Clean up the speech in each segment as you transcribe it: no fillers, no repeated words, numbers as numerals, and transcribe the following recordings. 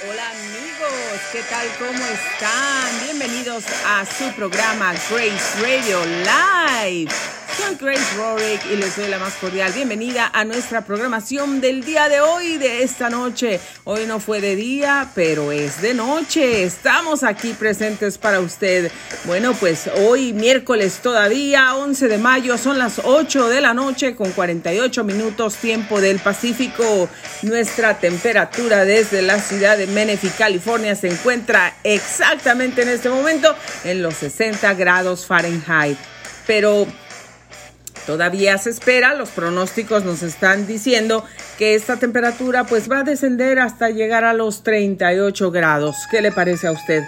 Hola amigos, ¿qué tal? ¿Cómo están? Bienvenidos a su programa Grace Radio Live. Soy Grace Rorick y les doy la más cordial bienvenida a nuestra programación del día de hoy, de esta noche. Hoy no fue de día, pero es de noche. Estamos aquí presentes para usted. Bueno, pues hoy miércoles todavía, 11 de mayo, son las 8 de la noche con 48 minutos tiempo del Pacífico. Nuestra temperatura desde la ciudad de Menifee, California, se encuentra exactamente en este momento en los 60 grados Fahrenheit. Pero todavía se espera, los pronósticos nos están diciendo que esta temperatura pues va a descender hasta llegar a los 38 grados. ¿Qué le parece a usted?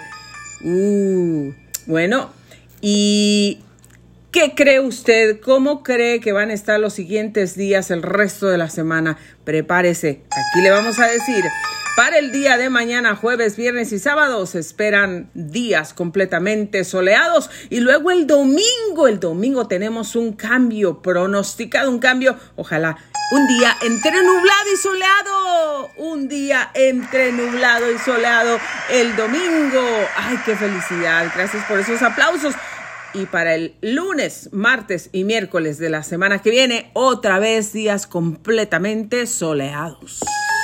Bueno, ¿y qué cree usted? ¿Cómo cree que van a estar los siguientes días, el resto de la semana? Prepárese, aquí le vamos a decir. Para el día de mañana, jueves, viernes y sábado, se esperan días completamente soleados. Y luego el domingo tenemos un cambio pronosticado, un cambio, ojalá, un día entre nublado y soleado. Un día entre nublado y soleado el domingo. ¡Ay, qué felicidad! Gracias por esos aplausos. Y para el lunes, martes y miércoles de la semana que viene, otra vez días completamente soleados.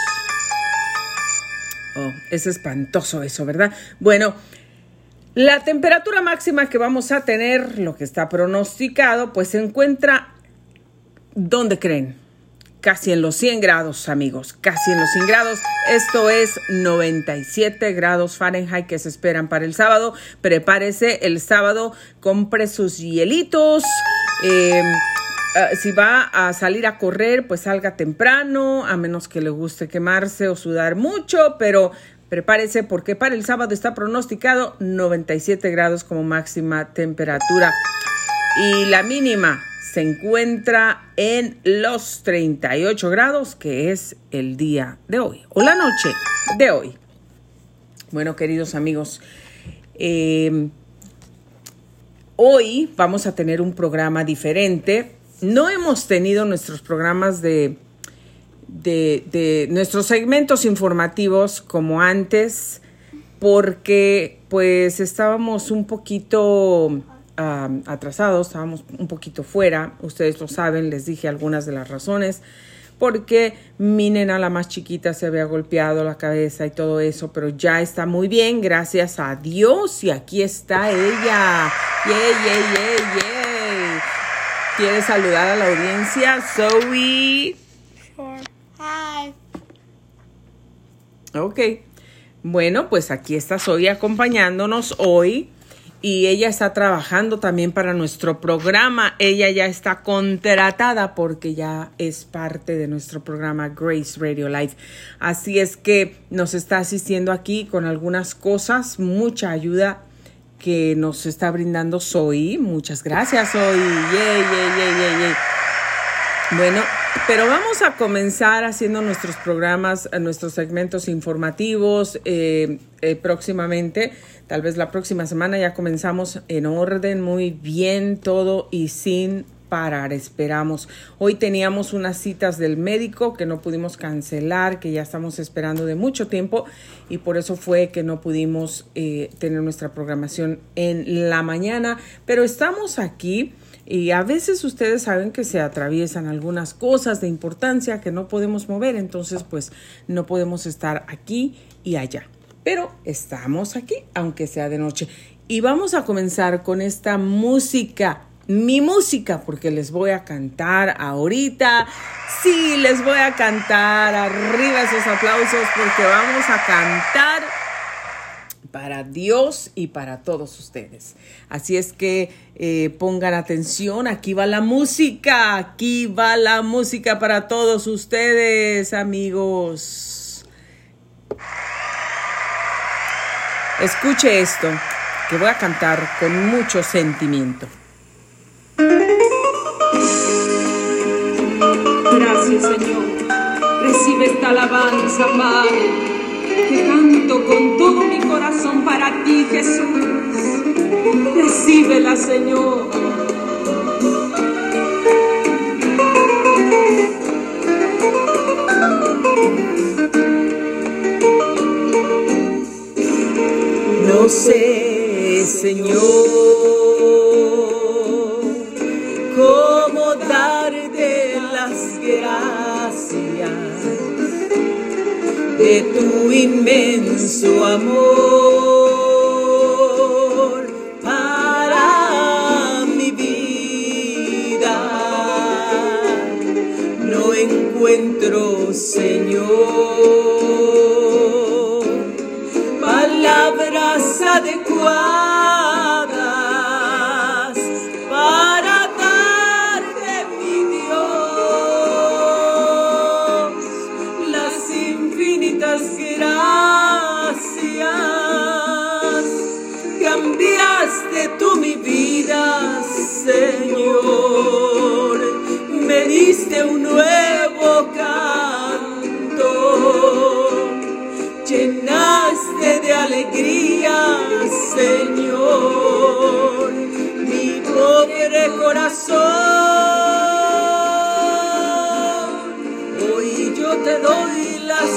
Oh, es espantoso eso, ¿verdad? Bueno, la temperatura máxima que vamos a tener, lo que está pronosticado, pues se encuentra, ¿dónde creen? Casi en los 100 grados, amigos, casi en los 100 grados. Esto es 97 grados Fahrenheit que se esperan para el sábado. Prepárese el sábado, compre sus hielitos. Si va a salir a correr, pues salga temprano, a menos que le guste quemarse o sudar mucho, pero prepárese porque para el sábado está pronosticado 97 grados como máxima temperatura. Y la mínima se encuentra en los 38 grados, que es el día de hoy, o la noche de hoy. Bueno, queridos amigos, hoy vamos a tener un programa diferente. No hemos tenido nuestros programas de nuestros segmentos informativos como antes, porque pues estábamos un poquito atrasados, estábamos un poquito fuera. Ustedes lo saben, les dije algunas de las razones, porque mi nena, la más chiquita, se había golpeado la cabeza y todo eso, pero ya está muy bien, gracias a Dios, y aquí está ella. ¡Yay! ¿Quieres saludar a la audiencia, Zoe? Sure. Hi. Ok. Bueno, pues aquí está Zoe acompañándonos hoy y ella está trabajando también para nuestro programa. Ella ya está contratada porque ya es parte de nuestro programa Grace Radio Live. Así es que nos está asistiendo aquí con algunas cosas, mucha ayuda que nos está brindando Zoe. Muchas gracias, Zoe. Yay. Bueno, pero vamos a comenzar haciendo nuestros programas, nuestros segmentos informativos próximamente. Tal vez la próxima semana ya comenzamos en orden, muy bien todo y sin parar, esperamos. Hoy teníamos unas citas del médico que no pudimos cancelar, que ya estamos esperando de mucho tiempo, y por eso fue que no pudimos tener nuestra programación en la mañana, pero estamos aquí. Y a veces ustedes saben que se atraviesan algunas cosas de importancia que no podemos mover, entonces pues no podemos estar aquí y allá. Pero estamos aquí, aunque sea de noche. Y vamos a comenzar con esta música, mi música, porque les voy a cantar ahorita. Sí, les voy a cantar. Arriba esos aplausos porque vamos a cantar para Dios y para todos ustedes. Así es que pongan atención, aquí va la música para todos ustedes, amigos. Escuche esto, que voy a cantar con mucho sentimiento. Gracias, Señor. Recibe esta alabanza, Padre, que canto con todo mi corazón para ti, Jesús. Recíbela, Señor. sé, Señor, cómo darte las gracias de tu inmenso amor para mi vida. No encuentro, Señor, palabras adecuadas para darte, mi Dios, las infinitas gracias. Cambiaste tú mi vida, Señor, me diste un nuevo canto, llenaste de alegría, Señor, mi pobre corazón. Hoy yo te doy las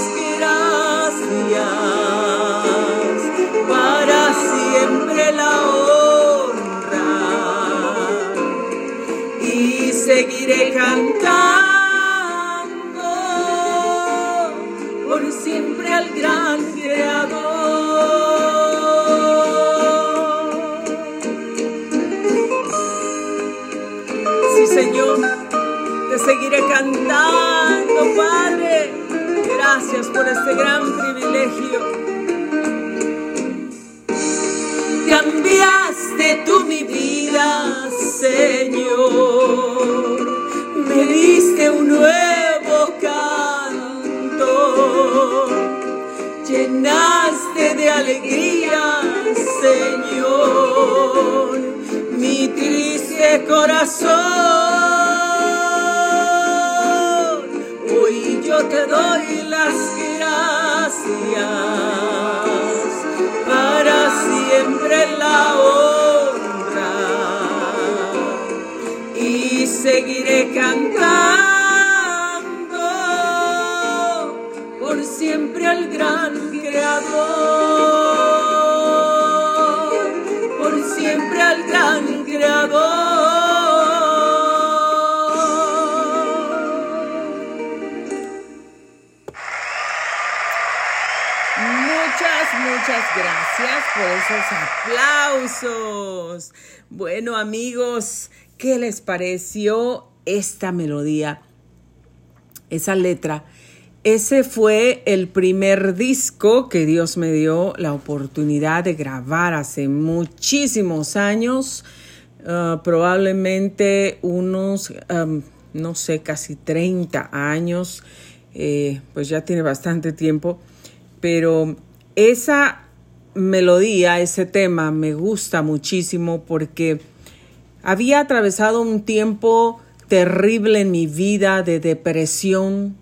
gracias, para siempre la honra, y seguiré cantando por siempre al gran Creador. Sí, Señor, te seguiré cantando, Padre. Gracias por este gran privilegio. Cambiaste tú mi vida, Señor, me diste un nuevo canto, llenaste de alegría, Señor, mi triste corazón. Hoy yo te doy las gracias, para siempre la honra, y seguiré cantando por siempre al gran Creador, por siempre al gran Creador. Muchas gracias por esos aplausos. Bueno, amigos, ¿qué les pareció esta melodía? Esa letra. Ese fue el primer disco que Dios me dio la oportunidad de grabar hace muchísimos años. Probablemente unos, no sé, casi 30 años. Pues ya tiene bastante tiempo. Pero esa melodía, ese tema me gusta muchísimo porque había atravesado un tiempo terrible en mi vida de depresión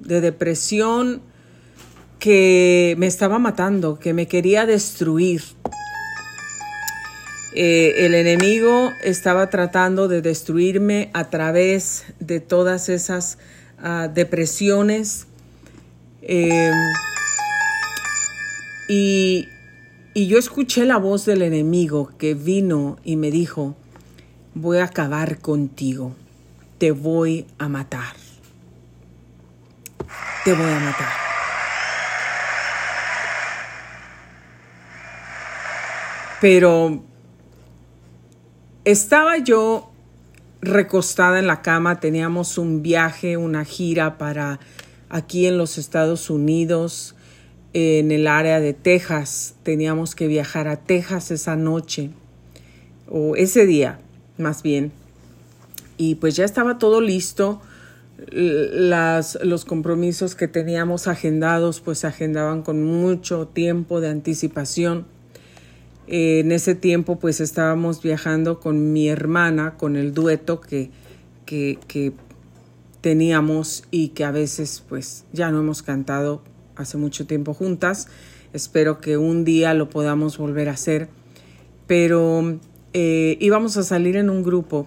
que me estaba matando, que me quería destruir. El enemigo estaba tratando de destruirme a través de todas esas depresiones. Y yo escuché la voz del enemigo que vino y me dijo: voy a acabar contigo, te voy a matar, te voy a matar. Pero estaba yo recostada en la cama, teníamos un viaje, una gira para aquí en los Estados Unidos, en el área de Texas. Teníamos que viajar a Texas esa noche, o ese día más bien, y pues ya estaba todo listo. Los compromisos que teníamos agendados pues se agendaban con mucho tiempo de anticipación. En ese tiempo pues estábamos viajando con mi hermana, con el dueto que teníamos y que a veces pues ya no hemos cantado hace mucho tiempo juntas. Espero que un día lo podamos volver a hacer. Pero íbamos a salir en un grupo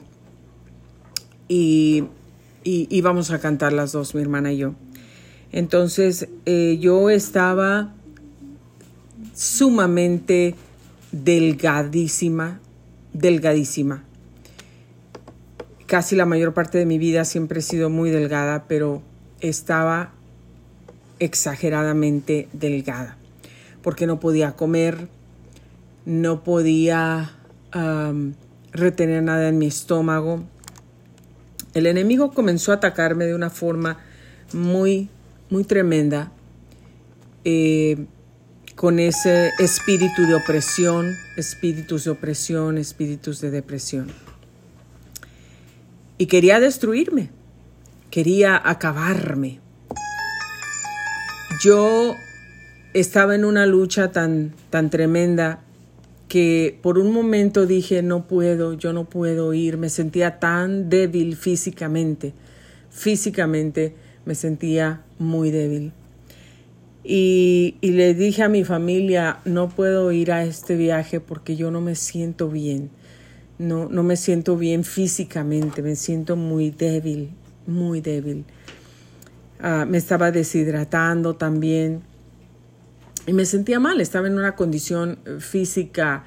y íbamos a cantar las dos, mi hermana y yo. Entonces yo estaba sumamente delgadísima. Casi la mayor parte de mi vida siempre he sido muy delgada, pero estaba exageradamente delgada, porque no podía comer, no podía retener nada en mi estómago. El enemigo comenzó a atacarme de una forma muy, muy tremenda, con ese espíritu de opresión, espíritus de depresión. Y quería destruirme, quería acabarme. Yo estaba en una lucha tan tremenda que por un momento dije, yo no puedo ir. Me sentía tan débil físicamente me sentía muy débil. Y le dije a mi familia, no puedo ir a este viaje porque yo no me siento bien. No me siento bien físicamente, me siento muy débil, muy débil. Me estaba deshidratando también y me sentía mal, estaba en una condición física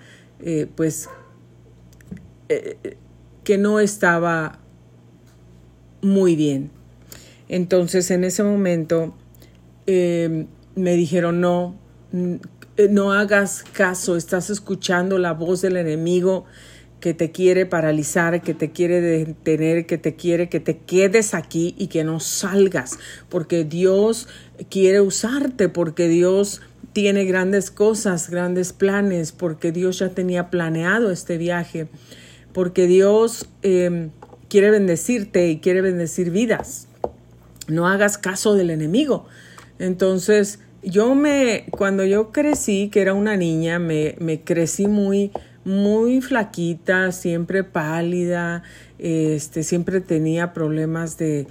que no estaba muy bien. Entonces en ese momento me dijeron, no hagas caso, estás escuchando la voz del enemigo que te quiere paralizar, que te quiere detener, que te quiere que te quedes aquí y que no salgas, porque Dios quiere usarte, porque Dios tiene grandes cosas, grandes planes, porque Dios ya tenía planeado este viaje, porque Dios quiere bendecirte y quiere bendecir vidas. No hagas caso del enemigo. Entonces, cuando yo crecí, que era una niña, me crecí muy flaquita, siempre pálida, siempre tenía problemas de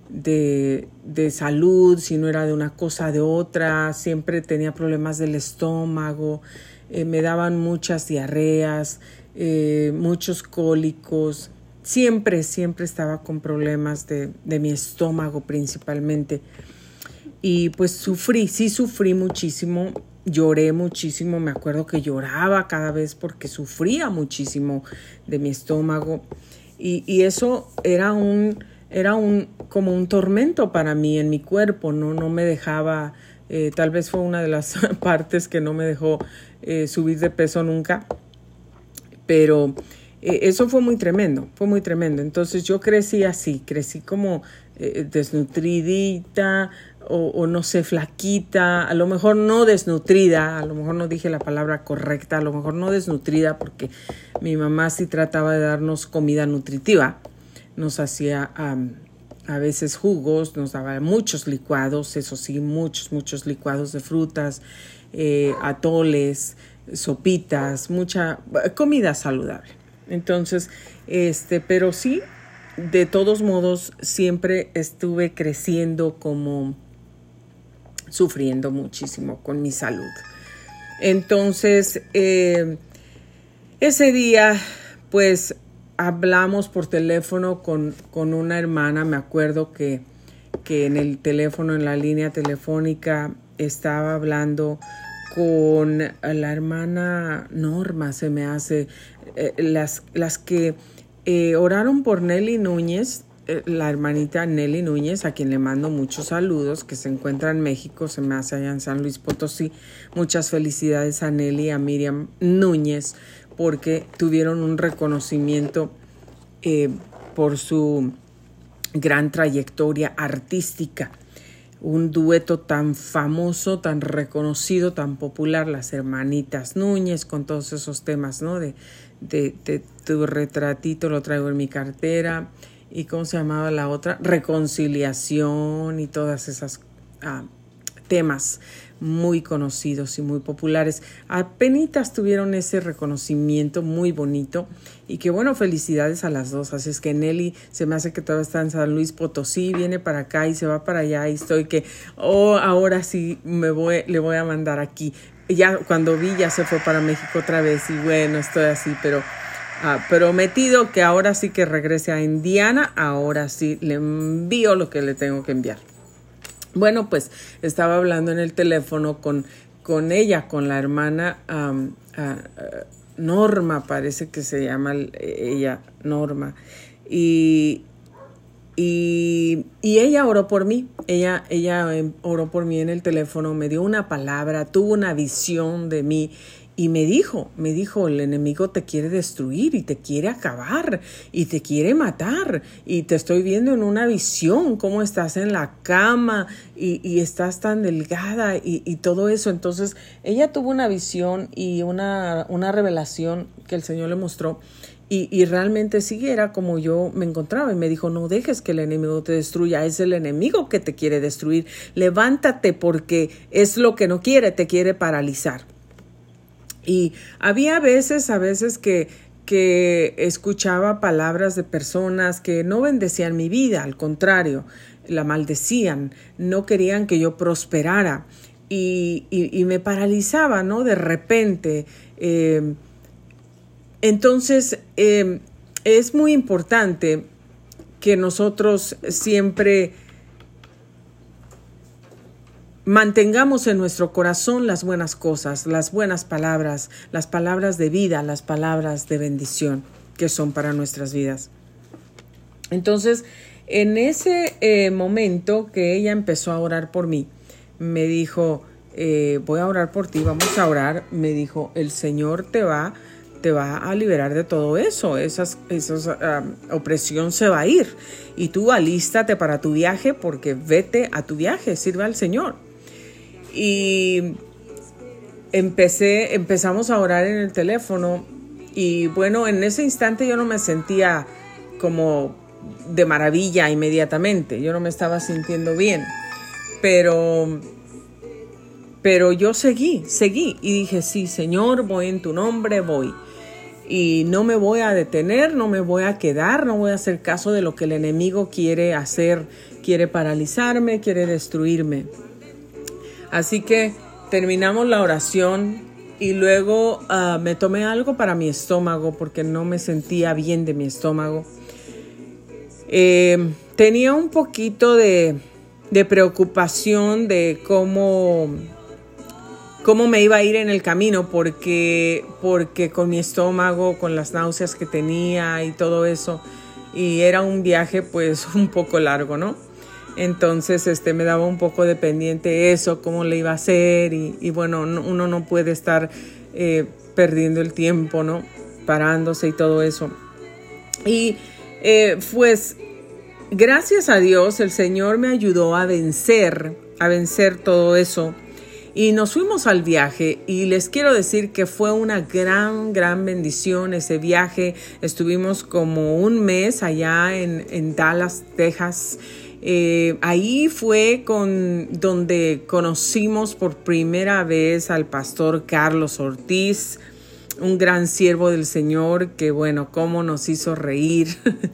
salud, si no era de una cosa de otra, siempre tenía problemas del estómago, me daban muchas diarreas, muchos cólicos, siempre estaba con problemas de mi estómago principalmente. Y pues sufrí muchísimo, lloré muchísimo, me acuerdo que lloraba cada vez porque sufría muchísimo de mi estómago y eso era como un tormento para mí en mi cuerpo, no me dejaba, tal vez fue una de las partes que no me dejó subir de peso nunca, pero eso fue muy tremendo. Entonces yo crecí así, crecí como desnutridita, o no sé, flaquita, a lo mejor no desnutrida, a lo mejor no dije la palabra correcta, a lo mejor no desnutrida, porque mi mamá sí trataba de darnos comida nutritiva, nos hacía a veces jugos, nos daba muchos licuados, eso sí, muchos licuados de frutas, atoles, sopitas, mucha comida saludable. Entonces, pero sí, de todos modos, siempre estuve creciendo sufriendo muchísimo con mi salud. Entonces, ese día, pues, hablamos por teléfono con una hermana. Me acuerdo que en el teléfono, en la línea telefónica, estaba hablando con la hermana Norma, se me hace, las que oraron por Nelly Núñez, la hermanita Nelly Núñez, a quien le mando muchos saludos, que se encuentra en México, se me hace allá en San Luis Potosí. Muchas felicidades a Nelly y a Miriam Núñez, porque tuvieron un reconocimiento por su gran trayectoria artística. Un dueto tan famoso, tan reconocido, tan popular, las hermanitas Núñez, con todos esos temas, ¿no? De tu retratito lo traigo en mi cartera. ¿Y cómo se llamaba la otra? Reconciliación y todas esas temas muy conocidos y muy populares. Apenitas tuvieron ese reconocimiento muy bonito y que bueno, felicidades a las dos. Así es que Nelly se me hace que todavía está en San Luis Potosí, viene para acá y se va para allá y estoy que, ahora sí le voy a mandar aquí. Ya cuando vi ya se fue para México otra vez y bueno, estoy así, pero prometido que ahora sí que regrese a Indiana, ahora sí le envío lo que le tengo que enviar. Bueno, pues estaba hablando en el teléfono con con ella, con la hermana Norma, parece que se llama ella, Norma. Y ella oró por mí, ella oró por mí en el teléfono, me dio una palabra, tuvo una visión de mí y me dijo, el enemigo te quiere destruir y te quiere acabar y te quiere matar y te estoy viendo en una visión, cómo estás en la cama y estás tan delgada y todo eso. Entonces ella tuvo una visión y una revelación que el Señor le mostró. Y realmente sí era como yo me encontraba y me dijo, no dejes que el enemigo te destruya, es el enemigo que te quiere destruir, levántate porque es lo que no quiere, te quiere paralizar. Y había veces que escuchaba palabras de personas que no bendecían mi vida, al contrario, la maldecían, no querían que yo prosperara y me paralizaba, ¿no? De repente. Entonces, es muy importante que nosotros siempre mantengamos en nuestro corazón las buenas cosas, las buenas palabras, las palabras de vida, las palabras de bendición que son para nuestras vidas. Entonces, en ese momento que ella empezó a orar por mí, me dijo, voy a orar por ti, vamos a orar. Me dijo, el Señor te va a liberar de todo eso, esa opresión se va a ir y tú alístate para tu viaje porque vete a tu viaje, sirve al Señor. Y empezamos a orar en el teléfono y bueno, en ese instante yo no me sentía como de maravilla inmediatamente, yo no me estaba sintiendo bien, pero yo seguí y dije, sí, Señor, voy en tu nombre, voy. Y no me voy a detener, no me voy a quedar, no voy a hacer caso de lo que el enemigo quiere hacer, quiere paralizarme, quiere destruirme. Así que terminamos la oración y luego me tomé algo para mi estómago porque no me sentía bien de mi estómago. Tenía un poquito de preocupación de cómo me iba a ir en el camino porque con mi estómago, con las náuseas que tenía y todo eso, y era un viaje pues un poco largo, ¿no? Entonces me daba un poco de pendiente eso, cómo le iba a hacer y bueno, uno no puede estar perdiendo el tiempo, ¿no? Parándose y todo eso. Y pues gracias a Dios el Señor me ayudó a vencer todo eso. Y nos fuimos al viaje y les quiero decir que fue una gran bendición ese viaje. Estuvimos como un mes allá en Dallas, Texas. Ahí fue donde conocimos por primera vez al pastor Carlos Ortiz, un gran siervo del Señor que, bueno, cómo nos hizo reír,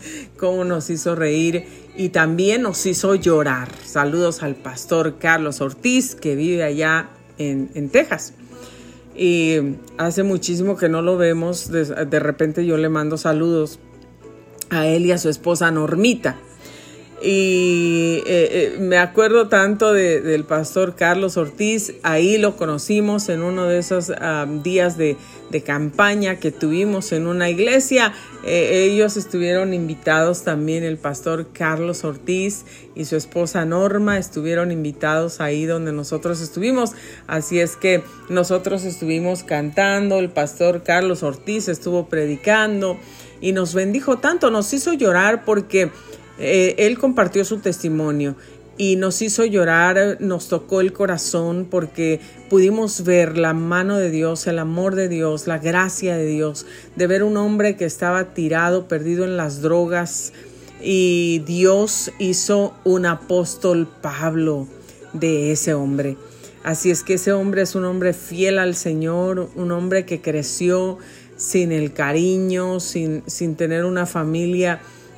y también nos hizo llorar. Saludos al pastor Carlos Ortiz, que vive allá en Texas. Y hace muchísimo que no lo vemos. De repente yo le mando saludos a él y a su esposa Normita. Y me acuerdo tanto del pastor Carlos Ortiz. Ahí lo conocimos en uno de esos días de campaña que tuvimos en una iglesia. Ellos estuvieron invitados también, el pastor Carlos Ortiz y su esposa Norma estuvieron invitados ahí donde nosotros estuvimos. Así es que nosotros estuvimos cantando, el pastor Carlos Ortiz estuvo predicando y nos bendijo tanto, nos hizo llorar porque él compartió su testimonio y nos hizo llorar, nos tocó el corazón porque pudimos ver la mano de Dios, el amor de Dios, la gracia de Dios, de ver un hombre que estaba tirado, perdido en las drogas, y Dios hizo un apóstol Pablo de ese hombre. Así es que ese hombre es un hombre fiel al Señor, un hombre que creció sin el cariño, sin tener una familia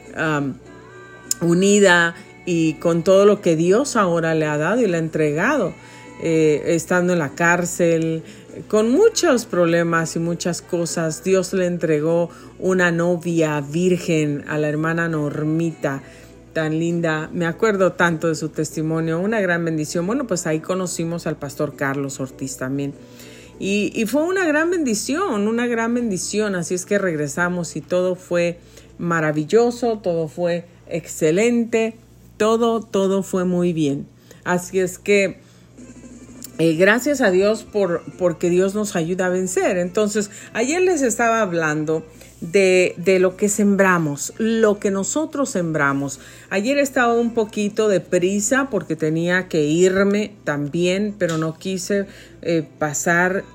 unida y con todo lo que Dios ahora le ha dado y le ha entregado, estando en la cárcel, con muchos problemas y muchas cosas. Dios le entregó una novia virgen a la hermana Normita tan linda. Me acuerdo tanto de su testimonio, una gran bendición. Bueno, pues ahí conocimos al pastor Carlos Ortiz también. Y fue una gran bendición. Así es que regresamos y todo fue maravilloso, todo fue excelente, todo fue muy bien. Así es que gracias a Dios porque Dios nos ayuda a vencer. Entonces, ayer les estaba hablando de lo que sembramos, lo que nosotros sembramos. Ayer estaba un poquito de prisa porque tenía que irme también, pero no quise pasar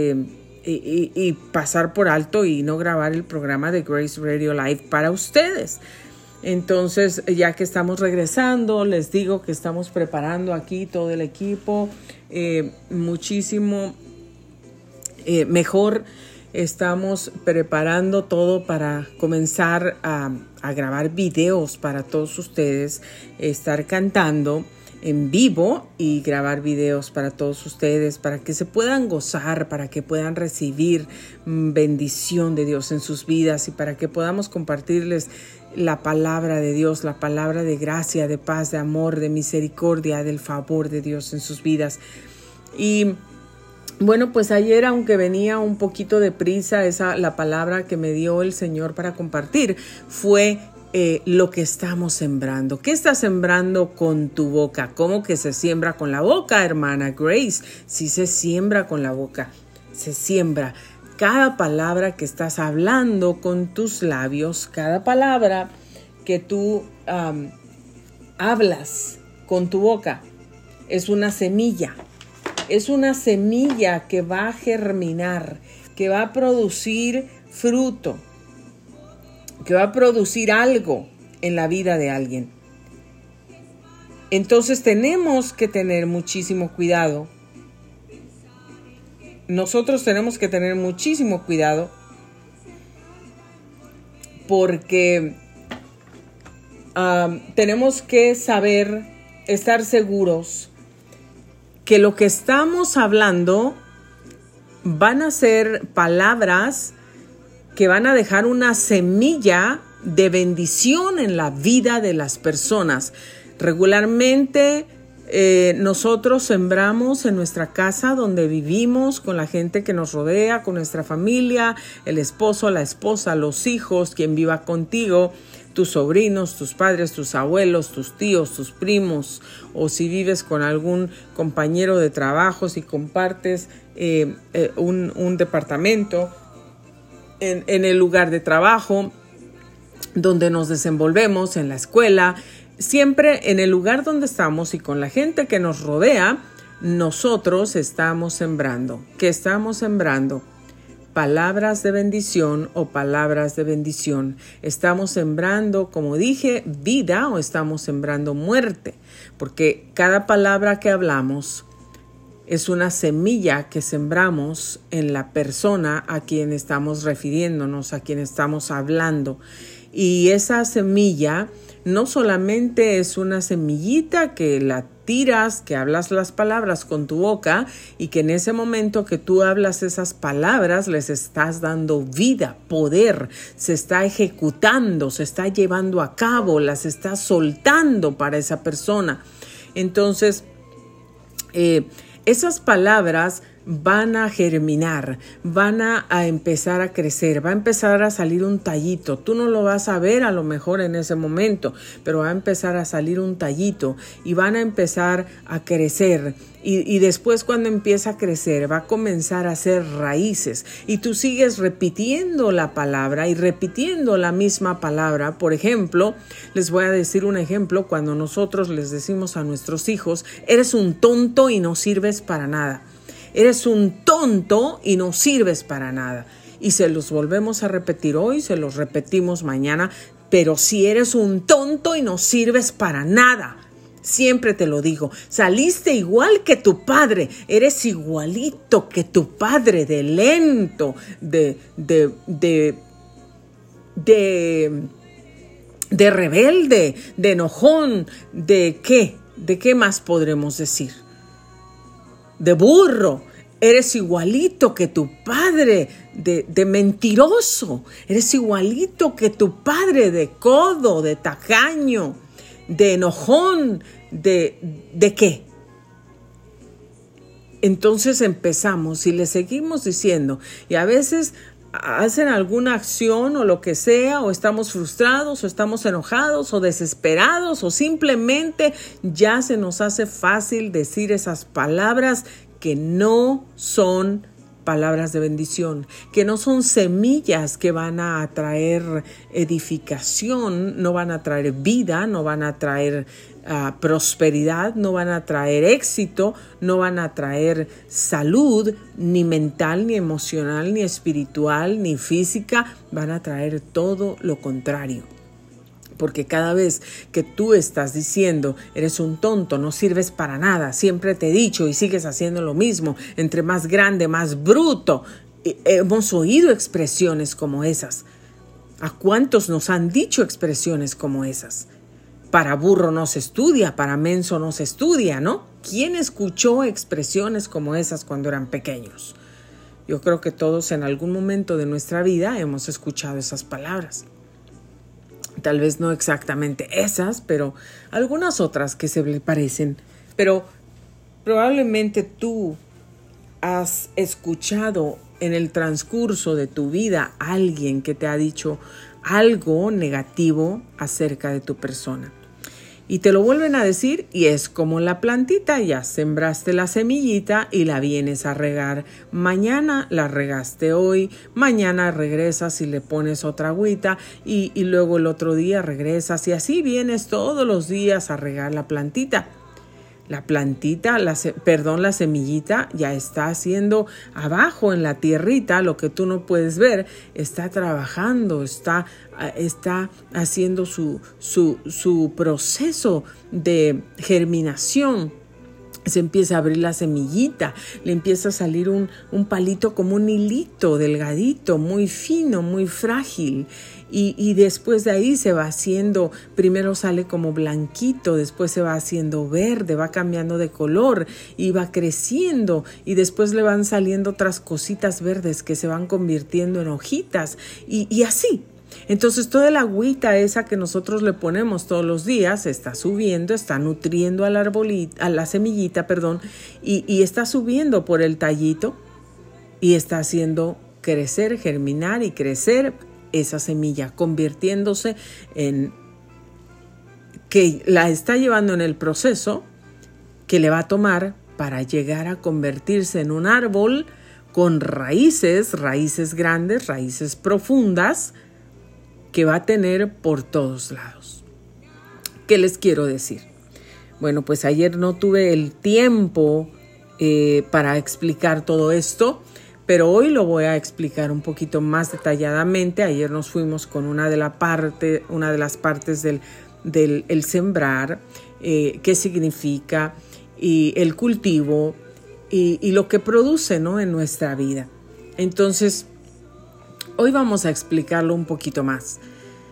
por alto y no grabar el programa de Grace Radio Live para ustedes. Entonces, ya que estamos regresando, les digo que estamos preparando aquí todo el equipo muchísimo mejor. Estamos preparando todo para comenzar a grabar videos para todos ustedes, estar cantando en vivo y grabar videos para todos ustedes, para que se puedan gozar, para que puedan recibir bendición de Dios en sus vidas y para que podamos compartirles la palabra de Dios, la palabra de gracia, de paz, de amor, de misericordia, del favor de Dios en sus vidas. Y bueno, pues ayer, aunque venía un poquito de prisa, la palabra que me dio el Señor para compartir fue lo que estamos sembrando. ¿Qué estás sembrando con tu boca? ¿Cómo que se siembra con la boca, hermana Grace? Sí, se siembra con la boca, se siembra. Cada palabra que estás hablando con tus labios, cada palabra que tú hablas con tu boca, es una semilla. Es una semilla que va a germinar, que va a producir fruto, que va a producir algo en la vida de alguien. Entonces tenemos que tener muchísimo cuidado. Nosotros tenemos que tener muchísimo cuidado porque tenemos que saber, estar seguros que lo que estamos hablando van a ser palabras que van a dejar una semilla de bendición en la vida de las personas. Regularmente nosotros sembramos en nuestra casa donde vivimos, con la gente que nos rodea, con nuestra familia, el esposo, la esposa, los hijos, quien viva contigo, tus sobrinos, tus padres, tus abuelos, tus tíos, tus primos, o si vives con algún compañero de trabajo, si compartes un departamento en el lugar de trabajo donde nos desenvolvemos, en la escuela, siempre en el lugar donde estamos y con la gente que nos rodea, nosotros estamos sembrando. ¿Qué estamos sembrando? Palabras de bendición o palabras de bendición. Estamos sembrando, como dije, vida o estamos sembrando muerte, porque cada palabra que hablamos es una semilla que sembramos en la persona a quien estamos refiriéndonos, a quien estamos hablando. Y esa semilla no solamente es una semillita que la tiras, que hablas las palabras con tu boca y que en ese momento que tú hablas esas palabras les estás dando vida, poder, se está ejecutando, se está llevando a cabo, las estás soltando para esa persona. Entonces, esas palabras van a germinar, van a empezar a crecer, va a empezar a salir un tallito. Tú no lo vas a ver a lo mejor en ese momento, pero va a empezar a salir un tallito y van a empezar a crecer. Y después cuando empieza a crecer va a comenzar a hacer raíces y tú sigues repitiendo la palabra y repitiendo la misma palabra. Por ejemplo, les voy a decir un ejemplo. Cuando nosotros les decimos a nuestros hijos, eres un tonto y no sirves para nada. Eres un tonto y no sirves para nada. Y se los volvemos a repetir hoy, se los repetimos mañana. Pero si eres un tonto y no sirves para nada, siempre te lo digo, saliste igual que tu padre, eres igualito que tu padre, de lento, de rebelde, de enojón, ¿de qué? ¿De qué más podremos decir? De burro. Eres igualito que tu padre, de mentiroso. Eres igualito que tu padre, de codo, de tacaño, enojón, ¿de qué? Entonces empezamos y le seguimos diciendo, y a veces hacen alguna acción o lo que sea, o estamos frustrados, o estamos enojados, o desesperados, o simplemente ya se nos hace fácil decir esas palabras que no son palabras de bendición, que no son semillas que van a traer edificación, no van a traer vida, no van a traer prosperidad, no van a traer éxito, no van a traer salud, ni mental, ni emocional, ni espiritual, ni física, van a traer todo lo contrario. Porque cada vez que tú estás diciendo, eres un tonto, no sirves para nada, siempre te he dicho y sigues haciendo lo mismo, entre más grande, más bruto, hemos oído expresiones como esas. ¿A cuántos nos han dicho expresiones como esas? Para burro no se estudia, para menso no se estudia, ¿no? ¿Quién escuchó expresiones como esas cuando eran pequeños? Yo creo que todos en algún momento de nuestra vida hemos escuchado esas palabras. Tal vez no exactamente esas, pero algunas otras que se le parecen. Pero probablemente tú has escuchado en el transcurso de tu vida a alguien que te ha dicho algo negativo acerca de tu persona. Y te lo vuelven a decir y es como la plantita, ya sembraste la semillita y la vienes a regar. Mañana la regaste hoy, mañana regresas y le pones otra agüita y luego el otro día regresas y así vienes todos los días a regar la plantita. La plantita, la semillita ya está haciendo abajo en la tierrita, lo que tú no puedes ver, está trabajando, está haciendo su proceso de germinación. Se empieza a abrir la semillita, le empieza a salir un palito como un hilito delgadito, muy fino, muy frágil. Y después de ahí se va haciendo, primero sale como blanquito, después se va haciendo verde, va cambiando de color y va creciendo y después le van saliendo otras cositas verdes que se van convirtiendo en hojitas y así. Entonces toda la agüita esa que nosotros le ponemos todos los días está subiendo, está nutriendo al arbolito, a la semillita, y está subiendo por el tallito y está haciendo crecer, germinar y crecer esa semilla, convirtiéndose en que la está llevando en el proceso que le va a tomar para llegar a convertirse en un árbol con raíces grandes, raíces profundas, que va a tener por todos lados. ¿Qué les quiero decir? Bueno, pues ayer no tuve el tiempo para explicar todo esto, pero hoy lo voy a explicar un poquito más detalladamente. Ayer nos fuimos con una de las partes del el sembrar, qué significa, y el cultivo, y lo que produce, ¿no?, en nuestra vida. Entonces, hoy vamos a explicarlo un poquito más.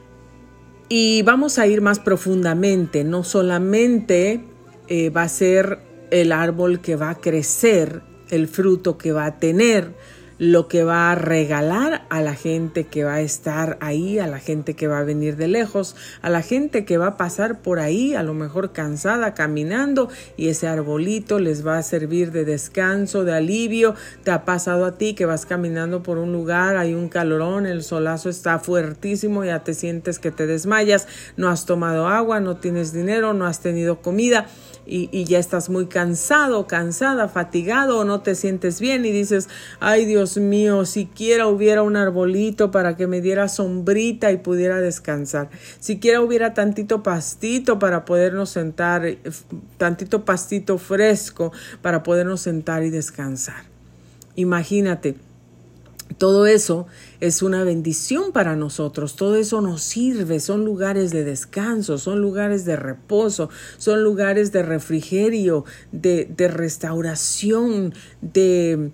Y vamos a ir más profundamente. No solamente va a ser el árbol que va a crecer, el fruto que va a tener, lo que va a regalar a la gente que va a estar ahí, a la gente que va a venir de lejos, a la gente que va a pasar por ahí, a lo mejor cansada, caminando, y ese arbolito les va a servir de descanso, de alivio. Te ha pasado a ti que vas caminando por un lugar, hay un calorón, el solazo está fuertísimo, ya te sientes que te desmayas, no has tomado agua, no tienes dinero, no has tenido comida, y ya estás muy cansado, cansada, fatigado, o no te sientes bien y dices, ay Dios mío, siquiera hubiera un arbolito para que me diera sombrita y pudiera descansar. Siquiera hubiera tantito pastito para podernos sentar, tantito pastito fresco para podernos sentar y descansar. Imagínate. Todo eso es una bendición para nosotros, todo eso nos sirve, son lugares de descanso, son lugares de reposo, son lugares de refrigerio, de restauración, de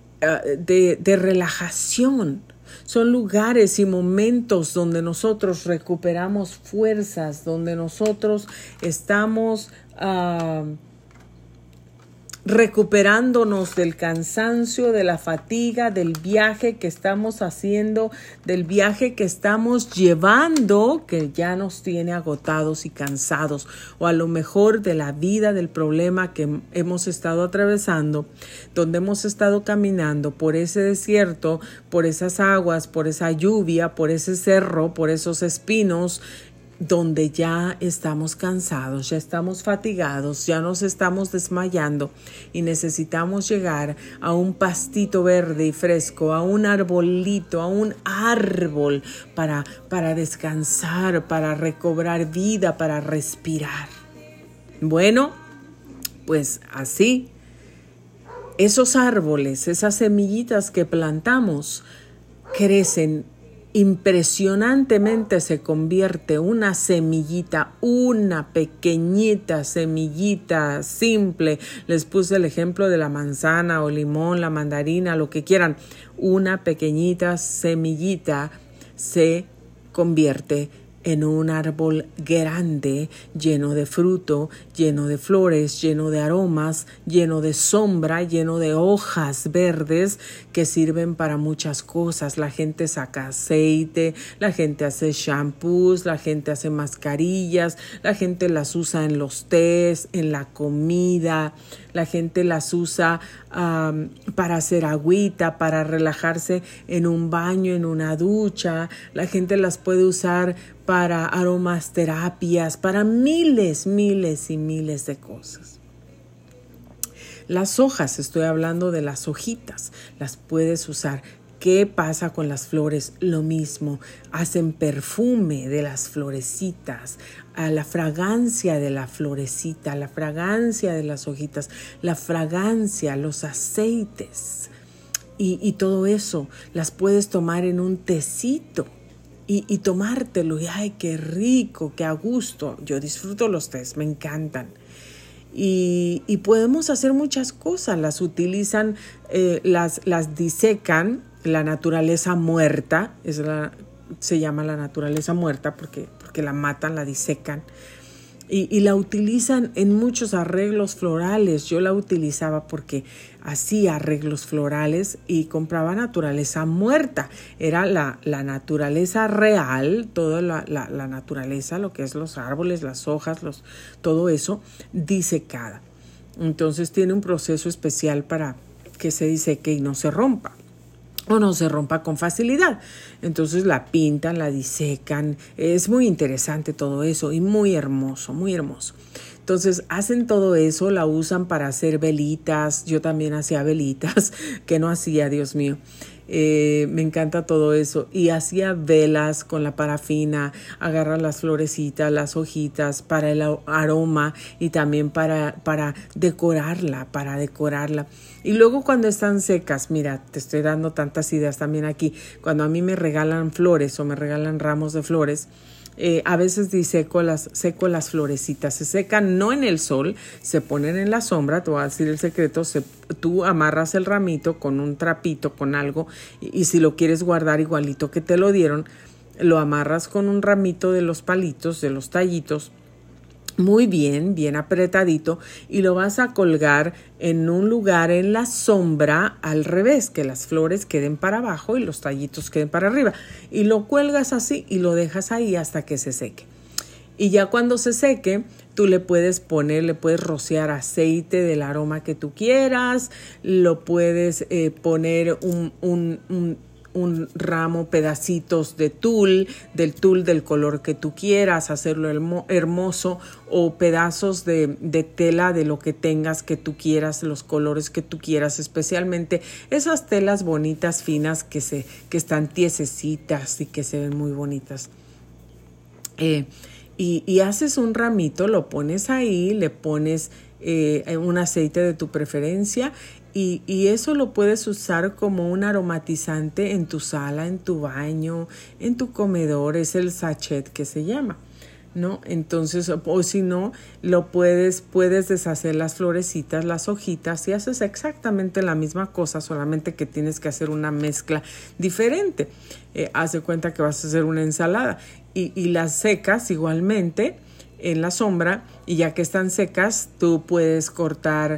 relajación. Son lugares y momentos donde nosotros recuperamos fuerzas, donde nosotros estamos recuperándonos del cansancio, de la fatiga, del viaje que estamos haciendo, del viaje que estamos llevando, que ya nos tiene agotados y cansados, o a lo mejor de la vida, del problema que hemos estado atravesando, donde hemos estado caminando por ese desierto, por esas aguas, por esa lluvia, por ese cerro, por esos espinos, donde ya estamos cansados, ya estamos fatigados, ya nos estamos desmayando y necesitamos llegar a un pastito verde y fresco, a un arbolito, a un árbol para descansar, para recobrar vida, para respirar. Bueno, pues así, esos árboles, esas semillitas que plantamos, crecen. Impresionantemente se convierte una semillita, una pequeñita semillita simple. Les puse el ejemplo de la manzana o limón, la mandarina, lo que quieran. Una pequeñita semillita se convierte en un árbol grande, lleno de fruto, lleno de flores, lleno de aromas, lleno de sombra, lleno de hojas verdes que sirven para muchas cosas. La gente saca aceite, la gente hace shampoos, la gente hace mascarillas, la gente las usa en los tés, en la comida, la gente las usa para hacer agüita, para relajarse en un baño, en una ducha. La gente las puede usar para aromaterapias, para miles y miles de cosas. Las hojas, estoy hablando de las hojitas, las puedes usar. ¿Qué pasa con las flores? Lo mismo, hacen perfume de las florecitas, a la fragancia de la florecita, la fragancia de las hojitas, la fragancia, los aceites y todo eso las puedes tomar en un tecito y tomártelo y ¡ay, qué rico, qué a gusto! Yo disfruto los tés, me encantan. Y podemos hacer muchas cosas, las utilizan, las disecan, la naturaleza muerta, se llama la naturaleza muerta porque la matan, la disecan. Y la utilizan en muchos arreglos florales. Yo la utilizaba porque hacía arreglos florales y compraba naturaleza muerta. Era la naturaleza real, toda la naturaleza, lo que es los árboles, las hojas, todo eso disecada. Entonces tiene un proceso especial para que se diseque y no se rompa. O no se rompa con facilidad. Entonces la pintan, la disecan. Es muy interesante todo eso y muy hermoso, muy hermoso. Entonces hacen todo eso, la usan para hacer velitas. Yo también hacía velitas, que no hacía, Dios mío. Me encanta todo eso. Y hacía velas con la parafina, agarra las florecitas, las hojitas para el aroma y también para decorarla, Y luego cuando están secas, mira, te estoy dando tantas ideas también aquí. Cuando a mí me regalan flores o me regalan ramos de flores, a veces seco las florecitas. Se secan no en el sol, se ponen en la sombra. Te voy a decir el secreto. Tú amarras el ramito con un trapito, con algo, y si lo quieres guardar igualito que te lo dieron, lo amarras con un ramito de los palitos, de los tallitos, muy bien apretadito, y lo vas a colgar en un lugar en la sombra al revés, que las flores queden para abajo y los tallitos queden para arriba, y lo cuelgas así y lo dejas ahí hasta que se seque. Y ya cuando se seque, tú le puedes rociar aceite del aroma que tú quieras, lo puedes poner un ramo, pedacitos de tul del color que tú quieras, hacerlo hermoso, o pedazos de tela de lo que tengas que tú quieras, los colores que tú quieras, especialmente esas telas bonitas, finas, que están tiesecitas y que se ven muy bonitas. Y haces un ramito, lo pones ahí, le pones un aceite de tu preferencia y eso lo puedes usar como un aromatizante en tu sala, en tu baño, en tu comedor. Es el sachet que se llama, ¿no? Entonces, o si no, puedes deshacer las florecitas, las hojitas, y haces exactamente la misma cosa, solamente que tienes que hacer una mezcla diferente. Haz de cuenta que vas a hacer una ensalada y las secas igualmente en la sombra Y ya que están secas, tú puedes cortar,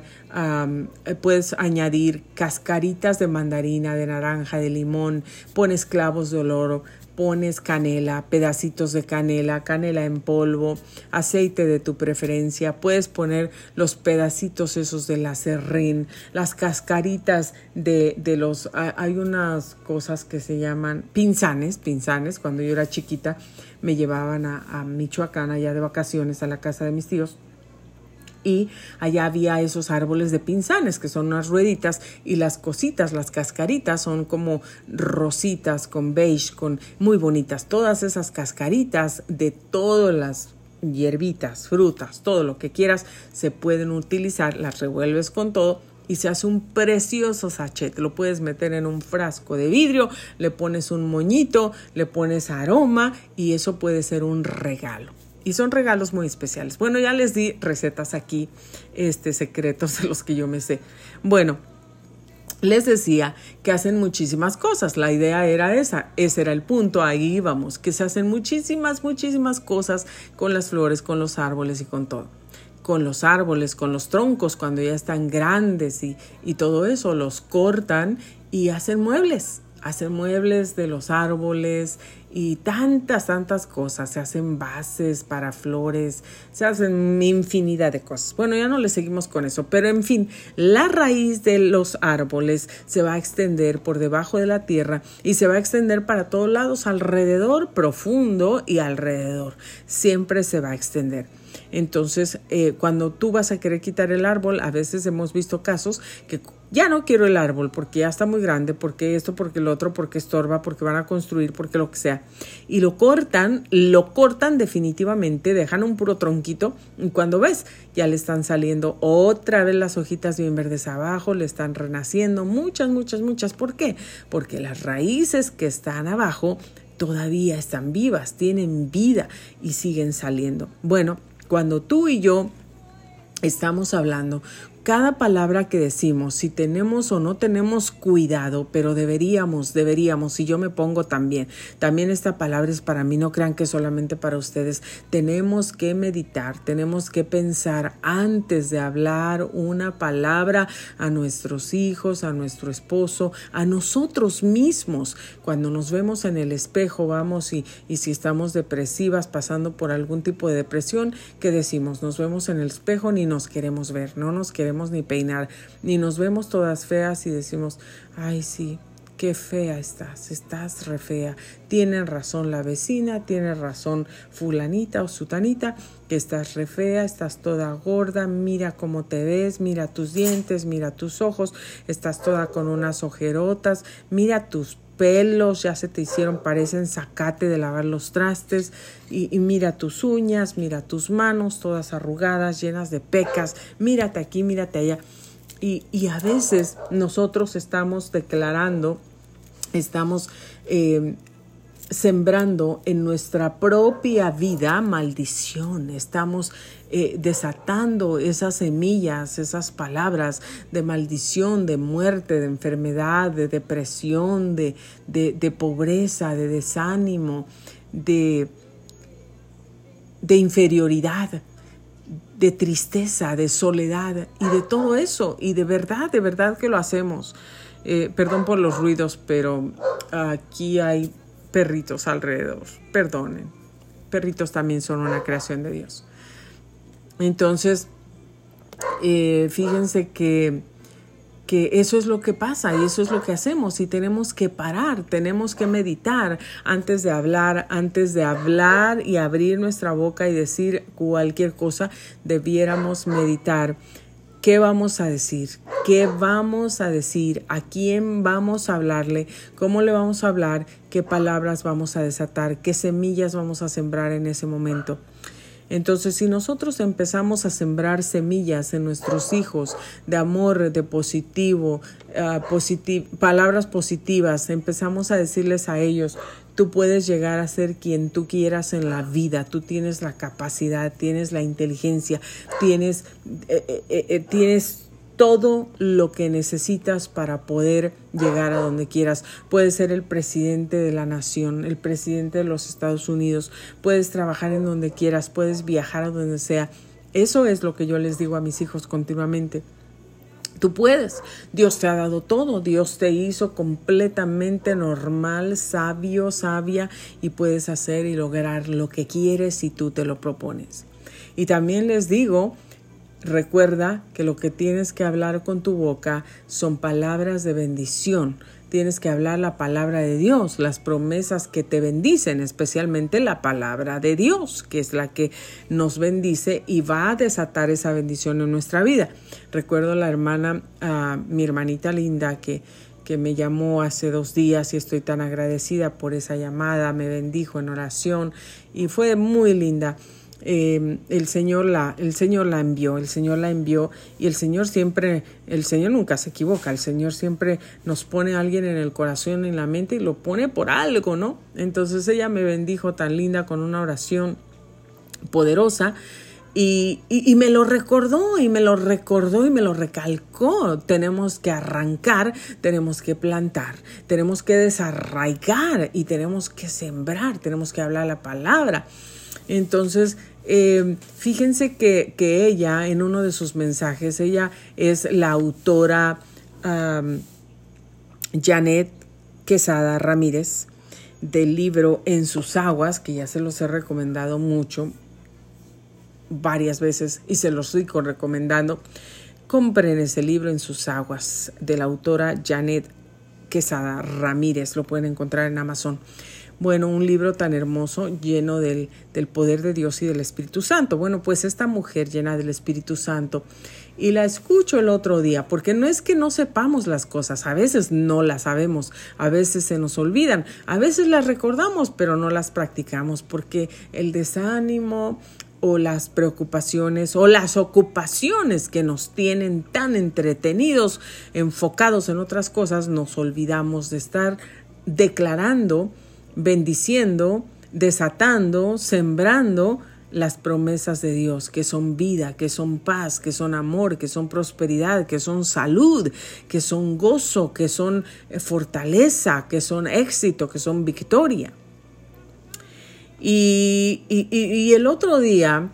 puedes añadir cascaritas de mandarina, de naranja, de limón, pones clavos de olor, pones canela, pedacitos de canela, canela en polvo, aceite de tu preferencia. Puedes poner los pedacitos esos del aserrín, las cascaritas de los... Hay unas cosas que se llaman pinzanes. Cuando yo era chiquita me llevaban a Michoacán, allá de vacaciones, a la casa de mis tíos. Y allá había esos árboles de pinzanes, que son unas rueditas, y las cositas, las cascaritas, son como rositas con beige, muy bonitas. Todas esas cascaritas de todas las hierbitas, frutas, todo lo que quieras, se pueden utilizar, las revuelves con todo y se hace un precioso sachet. Lo puedes meter en un frasco de vidrio, le pones un moñito, le pones aroma y eso puede ser un regalo. Y son regalos muy especiales. Bueno, ya les di recetas aquí, secretos de los que yo me sé. Bueno, les decía que hacen muchísimas cosas. La idea era esa. Ese era el punto. Ahí vamos, que se hacen muchísimas cosas con las flores, con los árboles y con todo. Con los árboles, con los troncos, cuando ya están grandes y todo eso, los cortan y hacen muebles. Hacen muebles de los árboles y tantas cosas. Se hacen bases para flores, se hacen infinidad de cosas. Bueno, ya no le seguimos con eso, pero en fin, la raíz de los árboles se va a extender por debajo de la tierra y se va a extender para todos lados, alrededor, profundo y alrededor. Siempre se va a extender. Entonces, cuando tú vas a querer quitar el árbol, a veces hemos visto casos que ya no quiero el árbol porque ya está muy grande, porque esto, porque lo otro, porque estorba, porque van a construir, porque lo que sea. Y lo cortan definitivamente, dejan un puro tronquito y cuando ves, ya le están saliendo otra vez las hojitas bien verdes abajo, le están renaciendo muchas. ¿Por qué? Porque las raíces que están abajo todavía están vivas, tienen vida y siguen saliendo. Bueno, cuando tú y yo estamos hablando, cada palabra que decimos, si tenemos o no tenemos cuidado, pero deberíamos, y yo me pongo también esta palabra es para mí, no crean que es solamente para ustedes. Tenemos que meditar, tenemos que pensar antes de hablar una palabra a nuestros hijos, a nuestro esposo, a nosotros mismos. Cuando nos vemos en el espejo, vamos y si estamos depresivas, pasando por algún tipo de depresión, ¿qué decimos? Nos vemos en el espejo, ni nos queremos ver, no nos queremos ni peinar, ni nos vemos todas feas y decimos, ay sí, qué fea estás re fea. Tienen razón la vecina, tiene razón fulanita o sutanita, que estás re fea, estás toda gorda, mira cómo te ves, mira tus dientes, mira tus ojos, estás toda con unas ojerotas, mira tus pelos, ya se te hicieron, parecen zacate de lavar los trastes y mira tus uñas, mira tus manos todas arrugadas, llenas de pecas, mírate aquí, mírate allá. Y a veces nosotros estamos declarando, estamos sembrando en nuestra propia vida maldición, estamos desatando esas semillas, esas palabras de maldición, de muerte, de enfermedad, de depresión, de pobreza, de desánimo, de inferioridad, de tristeza, de soledad y de todo eso. Y de verdad que lo hacemos. Perdón por los ruidos, pero aquí hay perritos alrededor. Perdonen. Perritos también son una creación de Dios. Entonces, fíjense que eso es lo que pasa y eso es lo que hacemos y tenemos que parar, tenemos que meditar antes de hablar y abrir nuestra boca y decir cualquier cosa. Debiéramos meditar. ¿Qué vamos a decir? ¿Qué vamos a decir? ¿A quién vamos a hablarle? ¿Cómo le vamos a hablar? ¿Qué palabras vamos a desatar? ¿Qué semillas vamos a sembrar en ese momento? Entonces, si nosotros empezamos a sembrar semillas en nuestros hijos de amor, de positivo, palabras positivas, empezamos a decirles a ellos, tú puedes llegar a ser quien tú quieras en la vida, tú tienes la capacidad, tienes la inteligencia, tienes todo lo que necesitas para poder llegar a donde quieras. Puedes ser el presidente de la nación, el presidente de los Estados Unidos, puedes trabajar en donde quieras, puedes viajar a donde sea. Eso es lo que yo les digo a mis hijos continuamente. Tú puedes, Dios te ha dado todo, Dios te hizo completamente normal, sabio, sabia, y puedes hacer y lograr lo que quieres si tú te lo propones. Y también les digo, recuerda que lo que tienes que hablar con tu boca son palabras de bendición. Tienes que hablar la palabra de Dios, las promesas que te bendicen, especialmente la palabra de Dios, que es la que nos bendice y va a desatar esa bendición en nuestra vida. Recuerdo la hermana, mi hermanita linda, que me llamó hace 2 días y estoy tan agradecida por esa llamada, me bendijo en oración y fue muy linda. El Señor la envió y el Señor nunca se equivoca, el Señor siempre nos pone a alguien en el corazón, en la mente y lo pone por algo, ¿no? Entonces ella me bendijo tan linda con una oración poderosa y me lo recordó y me lo recalcó. Tenemos que arrancar, tenemos que plantar, tenemos que desarraigar y tenemos que sembrar, tenemos que hablar la palabra. Entonces, fíjense que ella, en uno de sus mensajes, ella es la autora Janet Quesada Ramírez del libro En sus aguas, que ya se los he recomendado mucho, varias veces y se los sigo recomendando. Compren ese libro En sus aguas de la autora Janet Quesada Ramírez, lo pueden encontrar en Amazon. Bueno, un libro tan hermoso, lleno del poder de Dios y del Espíritu Santo. Bueno, pues esta mujer llena del Espíritu Santo, y la escucho el otro día, porque no es que no sepamos las cosas, a veces no las sabemos, a veces se nos olvidan, a veces las recordamos, pero no las practicamos, porque el desánimo o las preocupaciones o las ocupaciones que nos tienen tan entretenidos, enfocados en otras cosas, nos olvidamos de estar declarando, bendiciendo, desatando, sembrando las promesas de Dios, que son vida, que son paz, que son amor, que son prosperidad, que son salud, que son gozo, que son fortaleza, que son éxito, que son victoria. Y el otro día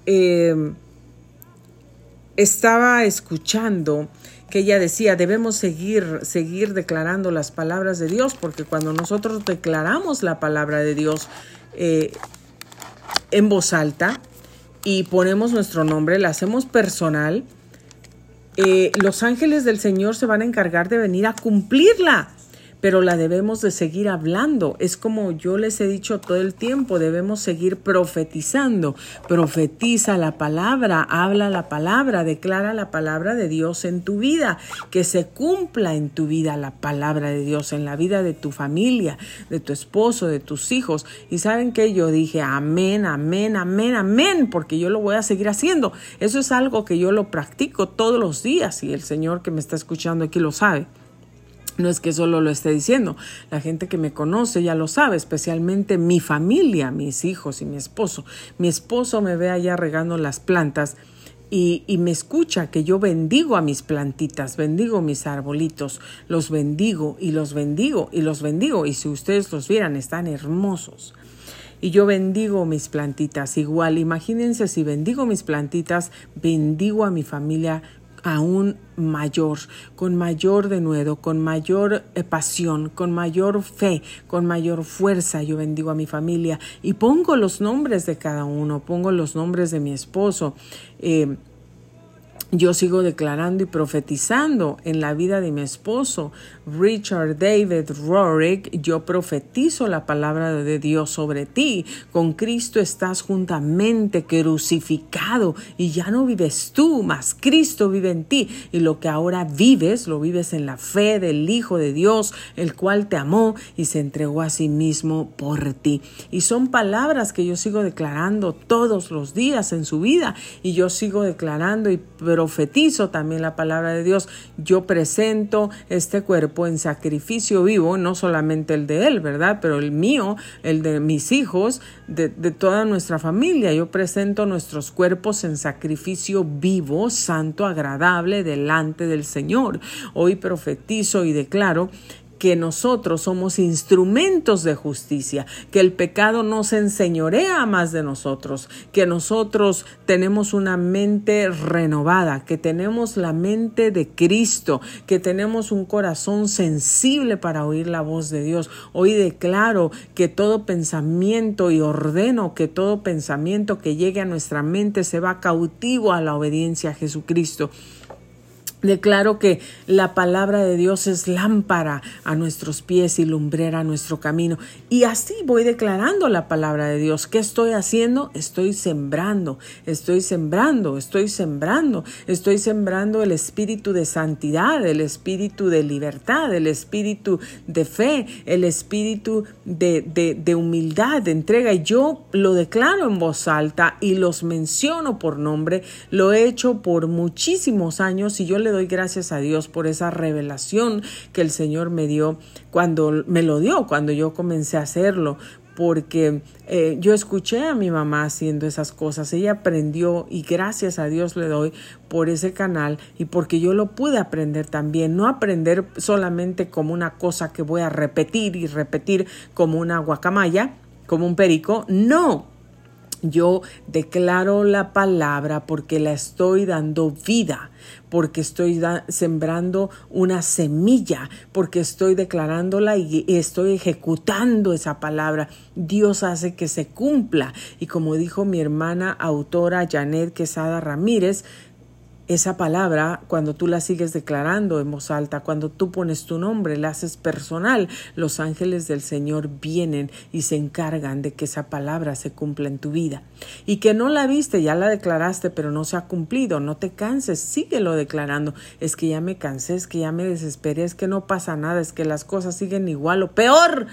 estaba escuchando que ella decía, debemos seguir declarando las palabras de Dios, porque cuando nosotros declaramos la palabra de Dios en voz alta y ponemos nuestro nombre, la hacemos personal, los ángeles del Señor se van a encargar de venir a cumplirla. Pero la debemos de seguir hablando. Es como yo les he dicho todo el tiempo, debemos seguir profetizando. Profetiza la palabra, habla la palabra, declara la palabra de Dios en tu vida. Que se cumpla en tu vida la palabra de Dios, en la vida de tu familia, de tu esposo, de tus hijos. Y ¿saben qué? Yo dije amén, amén, amén, amén, porque yo lo voy a seguir haciendo. Eso es algo que yo lo practico todos los días y el Señor que me está escuchando aquí lo sabe. No es que solo lo esté diciendo, la gente que me conoce ya lo sabe, especialmente mi familia, mis hijos y mi esposo. Mi esposo me ve allá regando las plantas y me escucha que yo bendigo a mis plantitas, bendigo mis arbolitos, los bendigo y los bendigo y los bendigo. Y si ustedes los vieran, están hermosos. Y yo bendigo mis plantitas igual. Imagínense, si bendigo mis plantitas, bendigo a mi familia aún mayor, con mayor denuedo, con mayor pasión, con mayor fe, con mayor fuerza. Yo bendigo a mi familia y pongo los nombres de cada uno, pongo los nombres de mi esposo. Yo sigo declarando y profetizando en la vida de mi esposo, Richard David Rorick. Yo profetizo la palabra de Dios sobre ti. Con Cristo estás juntamente crucificado y ya no vives tú, mas Cristo vive en ti. Y lo que ahora vives, lo vives en la fe del Hijo de Dios, el cual te amó y se entregó a sí mismo por ti. Y son palabras que yo sigo declarando todos los días en su vida. Y yo sigo declarando y profetizo también la palabra de Dios. Yo presento este cuerpo en sacrificio vivo, no solamente el de él, ¿verdad? Pero el mío, el de mis hijos, de toda nuestra familia. Yo presento nuestros cuerpos en sacrificio vivo, santo, agradable, delante del Señor. Hoy profetizo y declaro que nosotros somos instrumentos de justicia, que el pecado no se enseñorea más de nosotros, que nosotros tenemos una mente renovada, que tenemos la mente de Cristo, que tenemos un corazón sensible para oír la voz de Dios. Hoy declaro que todo pensamiento y ordeno que todo pensamiento que llegue a nuestra mente se va cautivo a la obediencia a Jesucristo. Declaro que la palabra de Dios es lámpara a nuestros pies y lumbrera a nuestro camino. Y así voy declarando la palabra de Dios. ¿Qué estoy haciendo? Estoy sembrando el espíritu de santidad, el espíritu de libertad, el espíritu de fe, el espíritu de humildad, de entrega. Y yo lo declaro en voz alta y los menciono por nombre. Lo he hecho por muchísimos años y yo le doy gracias a Dios por esa revelación que el Señor me dio cuando yo comencé a hacerlo, porque yo escuché a mi mamá haciendo esas cosas, ella aprendió y gracias a Dios le doy por ese canal y porque yo lo pude aprender también, no aprender solamente como una cosa que voy a repetir y repetir como una guacamaya, como un perico, no. Yo declaro la palabra porque la estoy dando vida, porque estoy sembrando una semilla, porque estoy declarándola y estoy ejecutando esa palabra. Dios hace que se cumpla. Y como dijo mi hermana autora Janet Quesada Ramírez, esa palabra, cuando tú la sigues declarando en voz alta, cuando tú pones tu nombre, la haces personal, los ángeles del Señor vienen y se encargan de que esa palabra se cumpla en tu vida. Y que no la viste, ya la declaraste, pero no se ha cumplido. No te canses, síguelo declarando. Es que ya me cansé, es que ya me desesperé, es que no pasa nada, es que las cosas siguen igual o peor,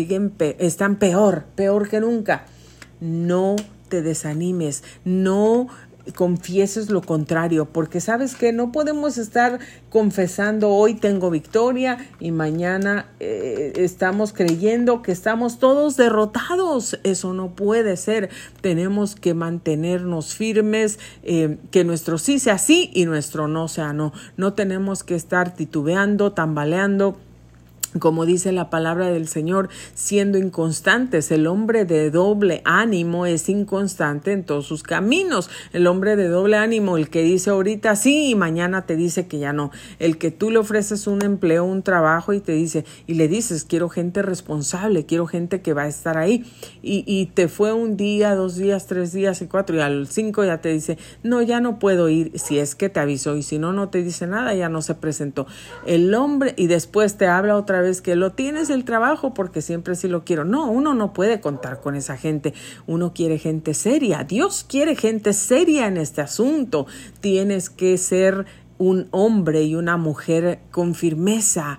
están peor que nunca. No te desanimes, no confieses lo contrario, porque sabes que no podemos estar confesando hoy tengo victoria y mañana estamos creyendo que estamos todos derrotados. Eso no puede ser. Tenemos que mantenernos firmes, que nuestro sí sea sí y nuestro no sea no. No tenemos que estar titubeando, tambaleando. Como dice la palabra del Señor, siendo inconstantes. El hombre de doble ánimo es inconstante en todos sus caminos. El hombre de doble ánimo, el que dice ahorita sí y mañana te dice que ya no. El que tú le ofreces un empleo, un trabajo y le dices, quiero gente responsable, quiero gente que va a estar ahí. Y te fue un día, 2 días, 3 días y 4 y al 5 ya te dice, no, ya no puedo ir, si es que te avisó. Y si no, no te dice nada, ya no se presentó. El hombre, y después te habla otra vez que lo tienes el trabajo porque siempre sí lo quiero. No, uno no puede contar con esa gente. Uno quiere gente seria. Dios quiere gente seria en este asunto. Tienes que ser un hombre y una mujer con firmeza.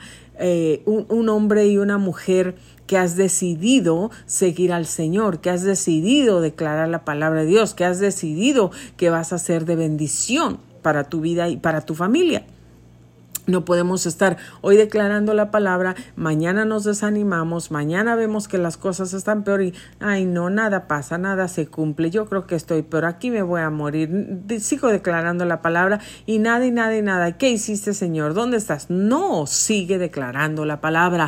Un hombre y una mujer que has decidido seguir al Señor, que has decidido declarar la palabra de Dios, que has decidido que vas a ser de bendición para tu vida y para tu familia. No podemos estar hoy declarando la palabra, mañana nos desanimamos, mañana vemos que las cosas están peor y, ay no, nada pasa, nada se cumple, yo creo que estoy peor, aquí me voy a morir, sigo declarando la palabra y nada. ¿Qué hiciste, Señor? ¿Dónde estás? No, sigue declarando la palabra.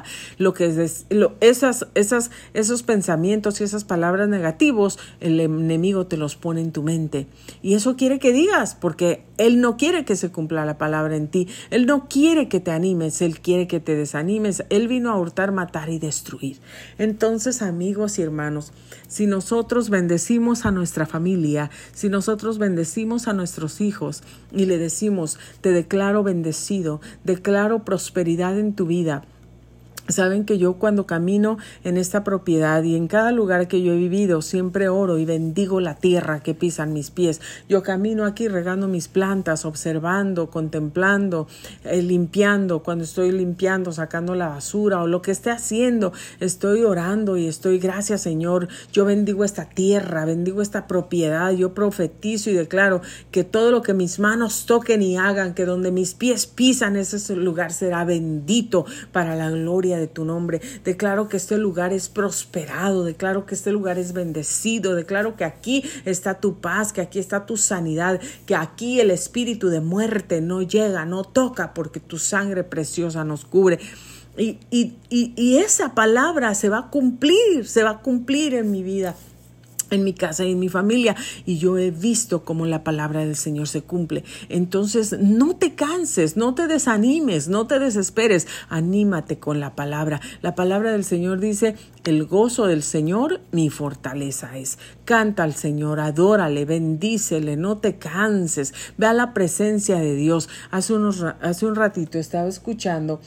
Esos pensamientos y esas palabras negativos, el enemigo te los pone en tu mente. Y eso quiere que digas, porque Él no quiere que se cumpla la palabra en ti. Él no quiere que te animes, Él quiere que te desanimes. Él vino a hurtar, matar y destruir. Entonces, amigos y hermanos, si nosotros bendecimos a nuestra familia, si nosotros bendecimos a nuestros hijos y le decimos, te declaro bendecido, declaro prosperidad en tu vida. Saben que yo cuando camino en esta propiedad y en cada lugar que yo he vivido, siempre oro y bendigo la tierra que pisan mis pies. Yo camino aquí regando mis plantas, observando, contemplando, limpiando. Cuando estoy limpiando, sacando la basura o lo que esté haciendo, estoy orando y gracias Señor, yo bendigo esta tierra, bendigo esta propiedad. Yo profetizo y declaro que todo lo que mis manos toquen y hagan, que donde mis pies pisan, ese lugar será bendito para la gloria de tu nombre. Declaro que este lugar es prosperado, declaro que este lugar es bendecido, declaro que aquí está tu paz, que aquí está tu sanidad, que aquí el espíritu de muerte no llega, no toca, porque tu sangre preciosa nos cubre. Y esa palabra se va a cumplir en mi vida, en mi casa y en mi familia, y yo he visto cómo la palabra del Señor se cumple. Entonces no te canses, no te desanimes, no te desesperes, anímate con la palabra. La palabra del Señor dice: el gozo del Señor mi fortaleza es. Canta al Señor, adórale, bendícele, no te canses, ve a la presencia de Dios. Hace un ratito estaba escuchando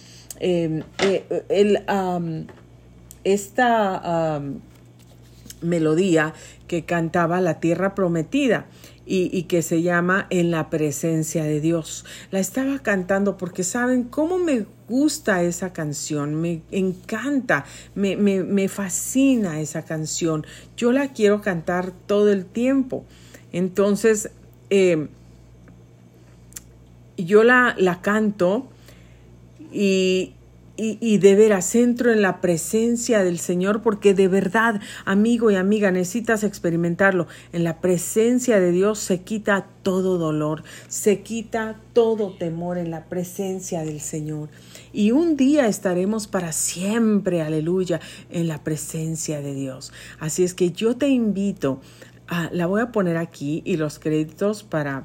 melodía que cantaba La Tierra Prometida y que se llama En la Presencia de Dios. La estaba cantando porque saben cómo me gusta esa canción, me encanta, me fascina esa canción. Yo la quiero cantar todo el tiempo. Entonces yo la canto y de veras entro en la presencia del Señor, porque de verdad, amigo y amiga, necesitas experimentarlo. En la presencia de Dios se quita todo dolor, se quita todo temor en la presencia del Señor. Y un día estaremos para siempre, aleluya, en la presencia de Dios. Así es que yo te invito, la voy a poner aquí, y los créditos para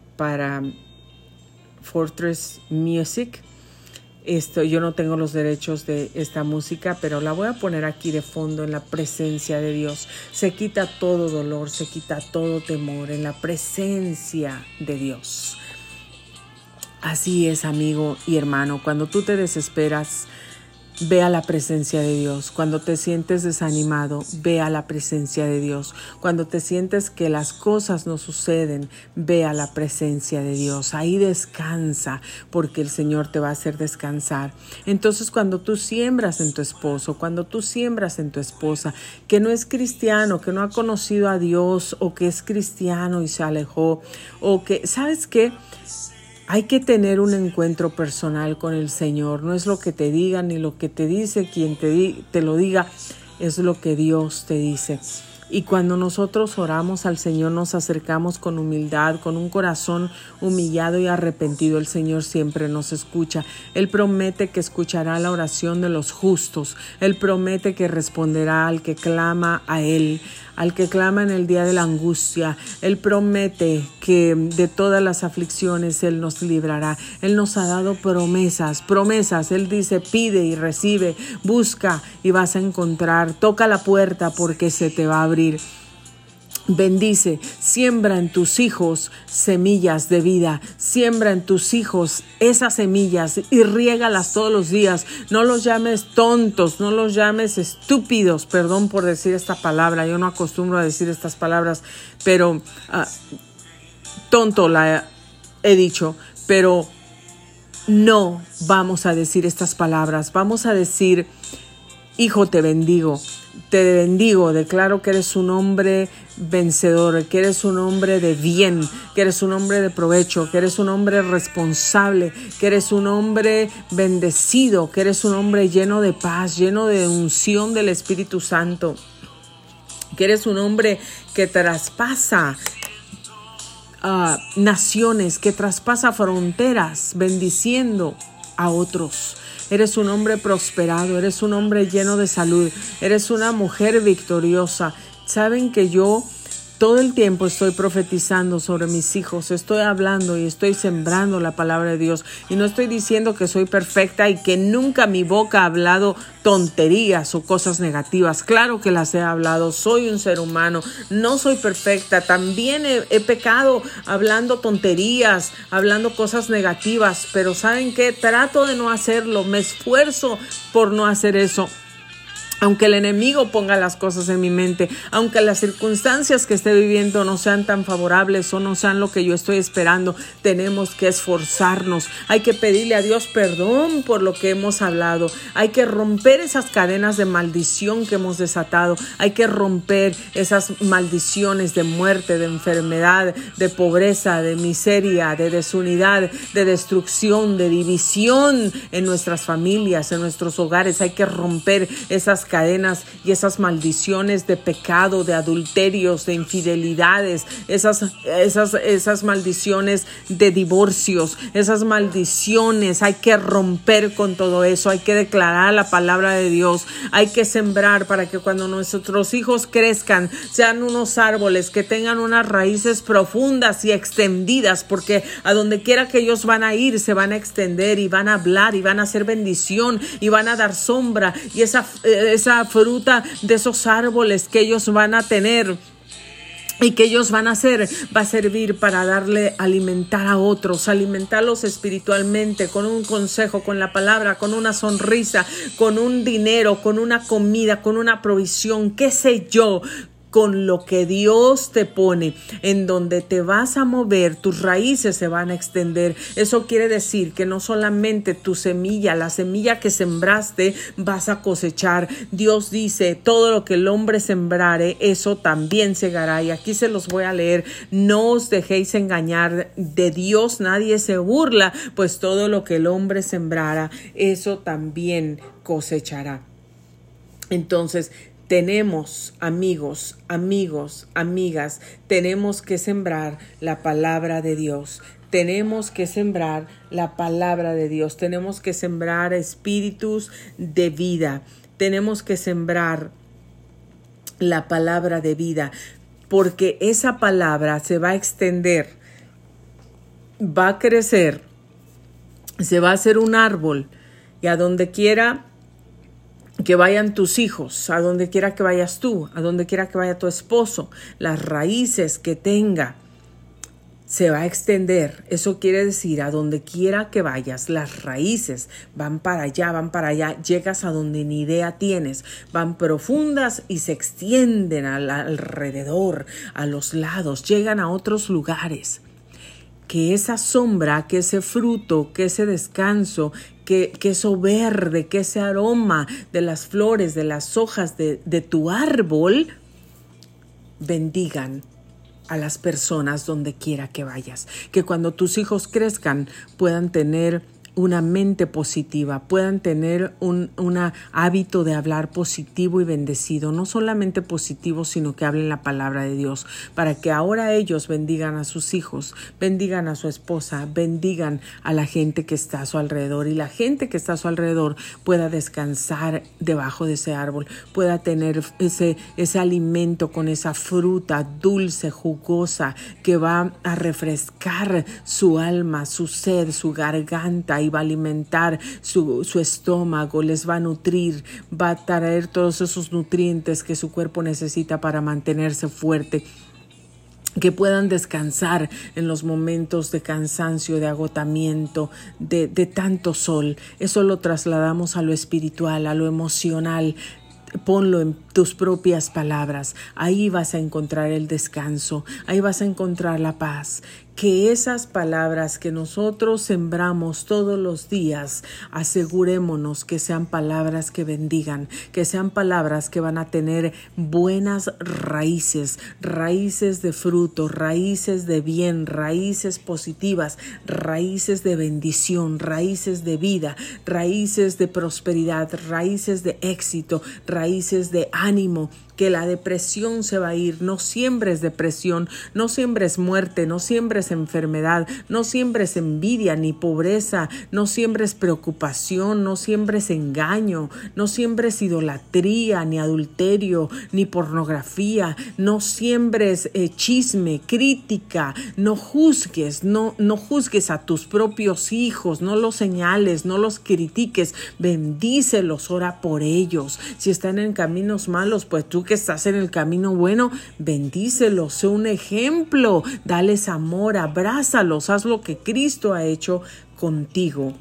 Fortress Music. Yo no tengo los derechos de esta música, pero la voy a poner aquí de fondo. En la presencia de Dios se quita todo dolor, se quita todo temor en la presencia de Dios. Así es, amigo y hermano, cuando tú te desesperas, ve a la presencia de Dios. Cuando te sientes desanimado, ve a la presencia de Dios. Cuando te sientes que las cosas no suceden, ve a la presencia de Dios. Ahí descansa, porque el Señor te va a hacer descansar. Entonces, cuando tú siembras en tu esposo, cuando tú siembras en tu esposa, que no es cristiano, que no ha conocido a Dios, o que es cristiano y se alejó, o que, ¿sabes qué? Hay que tener un encuentro personal con el Señor. No es lo que te diga ni lo que te dice quien te lo diga, es lo que Dios te dice. Y cuando nosotros oramos al Señor, nos acercamos con humildad, con un corazón humillado y arrepentido. El Señor siempre nos escucha. Él promete que escuchará la oración de los justos. Él promete que responderá al que clama a Él, al que clama en el día de la angustia. Él promete que de todas las aflicciones Él nos librará. Él nos ha dado promesas. Él dice: pide y recibe, busca y vas a encontrar, toca la puerta porque se te va a abrir. Bendice, siembra en tus hijos semillas de vida, siembra en tus hijos esas semillas y riégalas todos los días. No los llames tontos, no los llames estúpidos, perdón por decir esta palabra, yo no acostumbro a decir estas palabras, pero tonto la he dicho, pero no vamos a decir estas palabras, vamos a decir: hijo, te bendigo, declaro que eres un hombre vencedor, que eres un hombre de bien, que eres un hombre de provecho, que eres un hombre responsable, que eres un hombre bendecido, que eres un hombre lleno de paz, lleno de unción del Espíritu Santo, que eres un hombre que traspasa naciones, que traspasa fronteras, bendiciendo a otros. Eres un hombre prosperado, eres un hombre lleno de salud, eres una mujer victoriosa. Saben que yo todo el tiempo estoy profetizando sobre mis hijos, estoy hablando y estoy sembrando la palabra de Dios. Y no estoy diciendo que soy perfecta y que nunca mi boca ha hablado tonterías o cosas negativas. Claro que las he hablado, soy un ser humano, no soy perfecta. También he pecado hablando tonterías, hablando cosas negativas. Pero ¿saben qué? Trato de no hacerlo, me esfuerzo por no hacer eso. Aunque el enemigo ponga las cosas en mi mente, aunque las circunstancias que esté viviendo no sean tan favorables o no sean lo que yo estoy esperando, tenemos que esforzarnos. Hay que pedirle a Dios perdón por lo que hemos hablado. Hay que romper esas cadenas de maldición que hemos desatado. Hay que romper esas maldiciones de muerte, de enfermedad, de pobreza, de miseria, de desunidad, de destrucción, de división en nuestras familias, en nuestros hogares. Hay que romper esas esas cadenas y esas maldiciones de pecado, de adulterios, de infidelidades, esas maldiciones de divorcios, esas maldiciones. Hay que romper con todo eso, hay que declarar la palabra de Dios, hay que sembrar para que cuando nuestros hijos crezcan sean unos árboles que tengan unas raíces profundas y extendidas, porque a donde quiera que ellos van a ir se van a extender y van a hablar y van a hacer bendición y van a dar sombra, y esa fruta de esos árboles que ellos van a tener y que ellos van a hacer va a servir para alimentar a otros, alimentarlos espiritualmente, con un consejo, con la palabra, con una sonrisa, con un dinero, con una comida, con una provisión, qué sé yo. Con lo que Dios te pone, en donde te vas a mover, tus raíces se van a extender. Eso quiere decir que no solamente tu semilla, la semilla que sembraste, vas a cosechar. Dios dice, todo lo que el hombre sembrare, eso también segará. Y aquí se los voy a leer. No os dejéis engañar, de Dios nadie se burla, pues todo lo que el hombre sembrara, eso también cosechará. Entonces, tenemos, amigos, amigas, tenemos que sembrar la palabra de Dios. Tenemos que sembrar la palabra de Dios. Tenemos que sembrar espíritus de vida. Tenemos que sembrar la palabra de vida, porque esa palabra se va a extender, va a crecer, se va a hacer un árbol, y a donde quiera que vayan tus hijos, a donde quiera que vayas tú, a donde quiera que vaya tu esposo, las raíces que tenga, se va a extender. Eso quiere decir, a donde quiera que vayas, las raíces van para allá, llegas a donde ni idea tienes, van profundas y se extienden alrededor, a los lados, llegan a otros lugares. Que esa sombra, que ese fruto, que ese descanso, que eso verde, que ese aroma de las flores, de las hojas de tu árbol, bendigan a las personas donde quiera que vayas. Que cuando tus hijos crezcan puedan tener una mente positiva, puedan tener un hábito de hablar positivo y bendecido, no solamente positivo, sino que hablen la palabra de Dios, para que ahora ellos bendigan a sus hijos, bendigan a su esposa, bendigan a la gente que está a su alrededor, y la gente que está a su alrededor pueda descansar debajo de ese árbol, pueda tener ese alimento con esa fruta dulce, jugosa, que va a refrescar su alma, su sed, su garganta, y va a alimentar su estómago, les va a nutrir, va a traer todos esos nutrientes que su cuerpo necesita para mantenerse fuerte. Que puedan descansar en los momentos de cansancio, de agotamiento, de tanto sol. Eso lo trasladamos a lo espiritual, a lo emocional. Ponlo en tus propias palabras. Ahí vas a encontrar el descanso, ahí vas a encontrar la paz. Que esas palabras que nosotros sembramos todos los días, asegurémonos que sean palabras que bendigan, que sean palabras que van a tener buenas raíces, raíces de fruto, raíces de bien, raíces positivas, raíces de bendición, raíces de vida, raíces de prosperidad, raíces de éxito, raíces de ánimo. Que la depresión se va a ir. No siembres depresión, no siembres muerte, no siembres enfermedad, no siembres envidia ni pobreza, no siembres preocupación, no siembres engaño, no siembres idolatría, ni adulterio, ni pornografía, no siembres chisme, crítica, no juzgues, no juzgues a tus propios hijos, no los señales, no los critiques, bendícelos, ora por ellos. Si están en caminos malos, pues tú que estás en el camino bueno, bendícelos, sé un ejemplo, dales amor, abrázalos, haz lo que Cristo ha hecho contigo,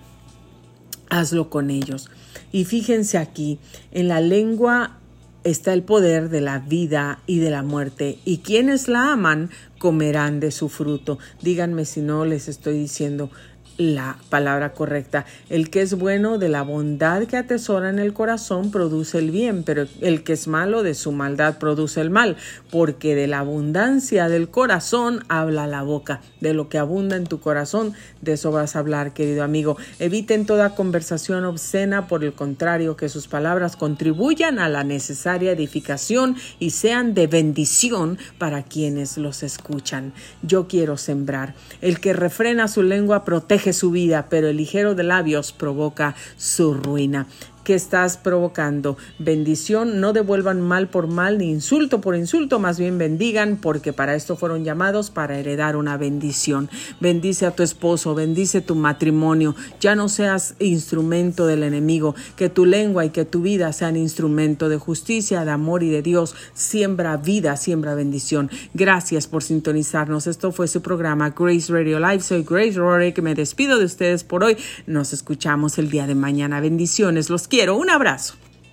hazlo con ellos. Y fíjense aquí, en la lengua está el poder de la vida y de la muerte, y quienes la aman comerán de su fruto. Díganme si no les estoy diciendo la palabra correcta. El que es bueno de la bondad que atesora en el corazón produce el bien, pero el que es malo de su maldad produce el mal, porque de la abundancia del corazón habla la boca. De lo que abunda en tu corazón, de eso vas a hablar, querido amigo. Eviten toda conversación obscena, por el contrario, que sus palabras contribuyan a la necesaria edificación y sean de bendición para quienes los escuchan. Yo quiero sembrar. El que refrena su lengua protege su vida, pero el ligero de labios provoca su ruina. ¿Qué estás provocando? Bendición, no devuelvan mal por mal ni insulto por insulto, más bien bendigan, porque para esto fueron llamados, para heredar una bendición. Bendice a tu esposo, bendice tu matrimonio, ya no seas instrumento del enemigo, que tu lengua y que tu vida sean instrumento de justicia, de amor y de Dios. Siembra vida, siembra bendición. Gracias por sintonizarnos. Esto fue su programa Grace Radio Live. Soy Grace Rorick, que me despido de ustedes por hoy. Nos escuchamos el día de mañana. Bendiciones, los quiero. Un abrazo.